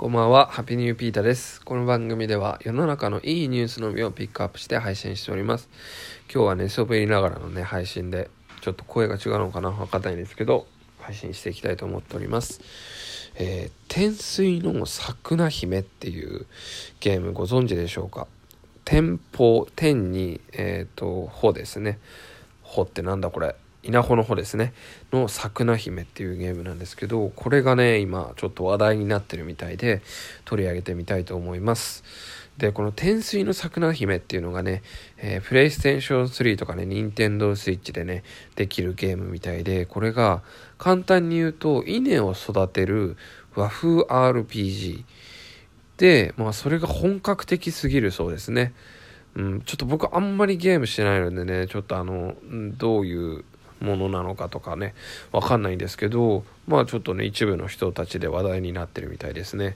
こんばんは、ハッピーニューピータです。この番組では世の中のいいニュースのみをピックアップして配信しております。今日はね、滑りながらのね、配信で、ちょっと声が違うのかなわかんないんですけど、配信していきたいと思っております。天水の桜姫っていうゲームご存知でしょうか？天に、穂ですね。穂ってなんだこれ？稲穂の穂ですねの桜姫っていうゲームなんですけど、これがね今ちょっと話題になってるみたいで取り上げてみたいと思います。でこの天水の桜姫っていうのがね、プレイステーション3とかね任天堂スイッチでねできるゲームみたいで、これが簡単に言うと稲を育てる和風 RPG で、それが本格的すぎるそうですね。ちょっと僕あんまりゲームしてないのでね、ちょっとどういうものなのかとかねわかんないんですけど、ちょっとね一部の人たちで話題になってるみたいですね。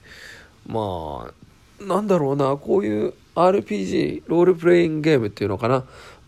なんだろうな、こういう RPG ロールプレイングゲームっていうのかな。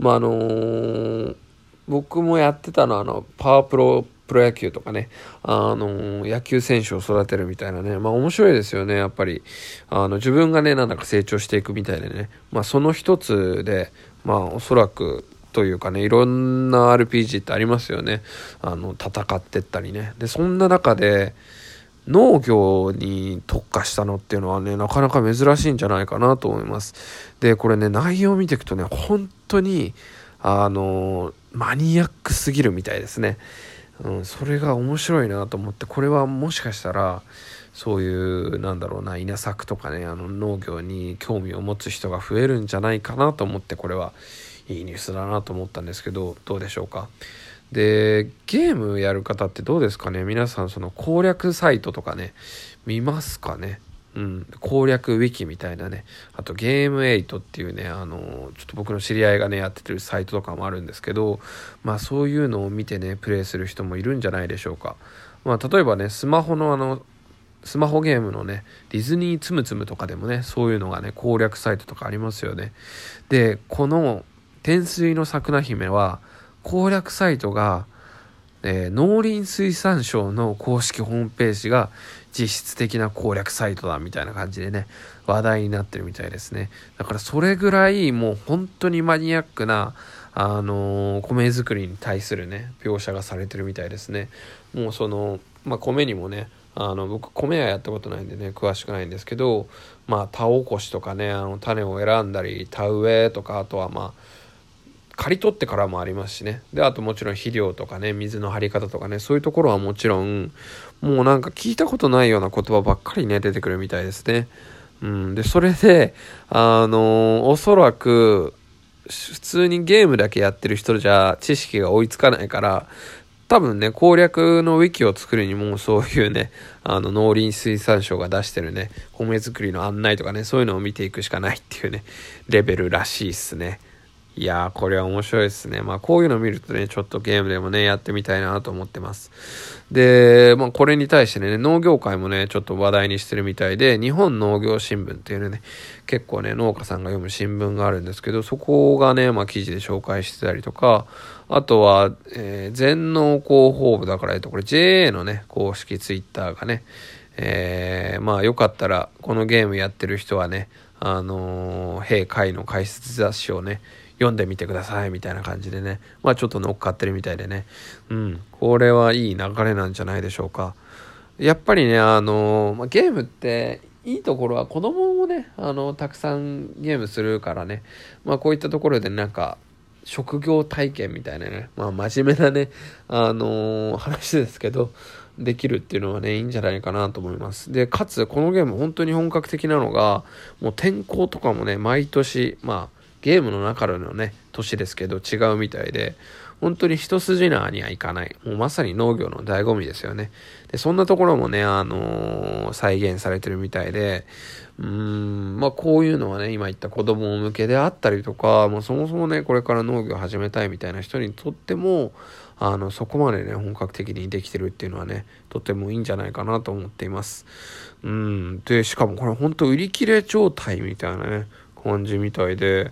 僕もやってたのはパワープロ野球とかね、野球選手を育てるみたいなね、面白いですよね、やっぱり。自分がね、なんだか成長していくみたいでね、その一つで、おそらく、というかね、いろんな RPG ってありますよね。戦ってったりね。で、そんな中で、農業に特化したのっていうのはね、なかなか珍しいんじゃないかなと思います。で、これね、内容を見ていくとね、本当に、マニアックすぎるみたいですね。それが面白いなと思って、これはもしかしたらそういう稲作とかね農業に興味を持つ人が増えるんじゃないかなと思って、これはいいニュースだなと思ったんですけど、どうでしょうか？でゲームやる方ってどうですかね？皆さんその攻略サイトとかね見ますかね？攻略ウィキみたいなね、あとゲームエイトっていうね、ちょっと僕の知り合いがねやってるサイトとかもあるんですけど、そういうのを見てねプレイする人もいるんじゃないでしょうか。例えばねスマホゲームのねディズニーつむつむとかでもねそういうのがね攻略サイトとかありますよね。でこの天水の桜姫は攻略サイトが農林水産省の公式ホームページが実質的な攻略サイトだみたいな感じでね話題になってるみたいですね。だからそれぐらいもう本当にマニアックな米作りに対するね描写がされてるみたいですね。もう米にもね僕米はやったことないんでね詳しくないんですけど、田起こしとかね種を選んだり田植えとか、あとは刈り取ってからもありますしね。であともちろん肥料とかね水の張り方とかね、そういうところはもちろんもうなんか聞いたことないような言葉ばっかりね出てくるみたいですね。でそれでおそらく普通にゲームだけやってる人じゃ知識が追いつかないから、多分ね攻略のウィキを作るにもそういうね農林水産省が出してるね米作りの案内とかね、そういうのを見ていくしかないっていうねレベルらしいっすね。いやーこれは面白いですね。こういうのを見るとねちょっとゲームでもねやってみたいなと思ってます。でこれに対してね農業界もねちょっと話題にしてるみたいで、日本農業新聞っていうね結構ね農家さんが読む新聞があるんですけど、そこがね記事で紹介してたりとか、あとは、全農広報部だからこれ JA のね公式ツイッターがねよかったらこのゲームやってる人はね弊会の解説雑誌をね読んでみてくださいみたいな感じでねちょっと乗っかってるみたいでね、これはいい流れなんじゃないでしょうか。やっぱりねゲームっていいところは子供もねたくさんゲームするからね、こういったところでなんか職業体験みたいなね真面目なね話ですけどできるっていうのはねいいんじゃないかなと思います。でかつこのゲーム本当に本格的なのがもう天候とかもね毎年ゲームの中でのね年ですけど違うみたいで、本当に一筋縄にはいかない、もうまさに農業の醍醐味ですよね。でそんなところもね再現されてるみたいで、こういうのはね今言った子供向けであったりとか、そもそもねこれから農業を始めたいみたいな人にとってもそこまでね本格的にできてるっていうのはねとてもいいんじゃないかなと思っています。でしかもこれ本当売り切れ状態みたいなね感じみたいで、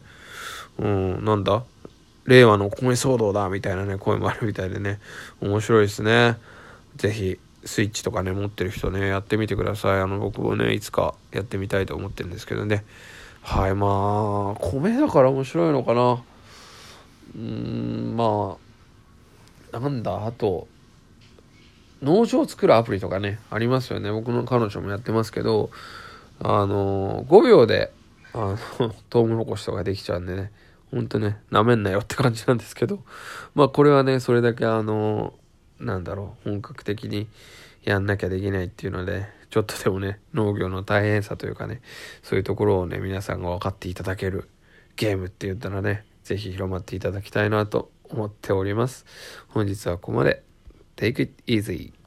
令和の米騒動だみたいなね声もあるみたいでね面白いですね。ぜひスイッチとかね持ってる人ねやってみてください。僕もねいつかやってみたいと思ってるんですけどね。はい。まあ米だから面白いのかな。まあなんだ、あと農場を作るアプリとかねありますよね。僕の彼女もやってますけど、5秒でトウモロコシとかできちゃうんでね、ほんとねなめんなよって感じなんですけど、まあこれはねそれだけなんだろう、本格的にやんなきゃできないっていうので、ちょっとでもね農業の大変さというかね、そういうところをね皆さんが分かっていただけるゲームって言ったらね、ぜひ広まっていただきたいなと思っております。本日はここまで。Take it easy.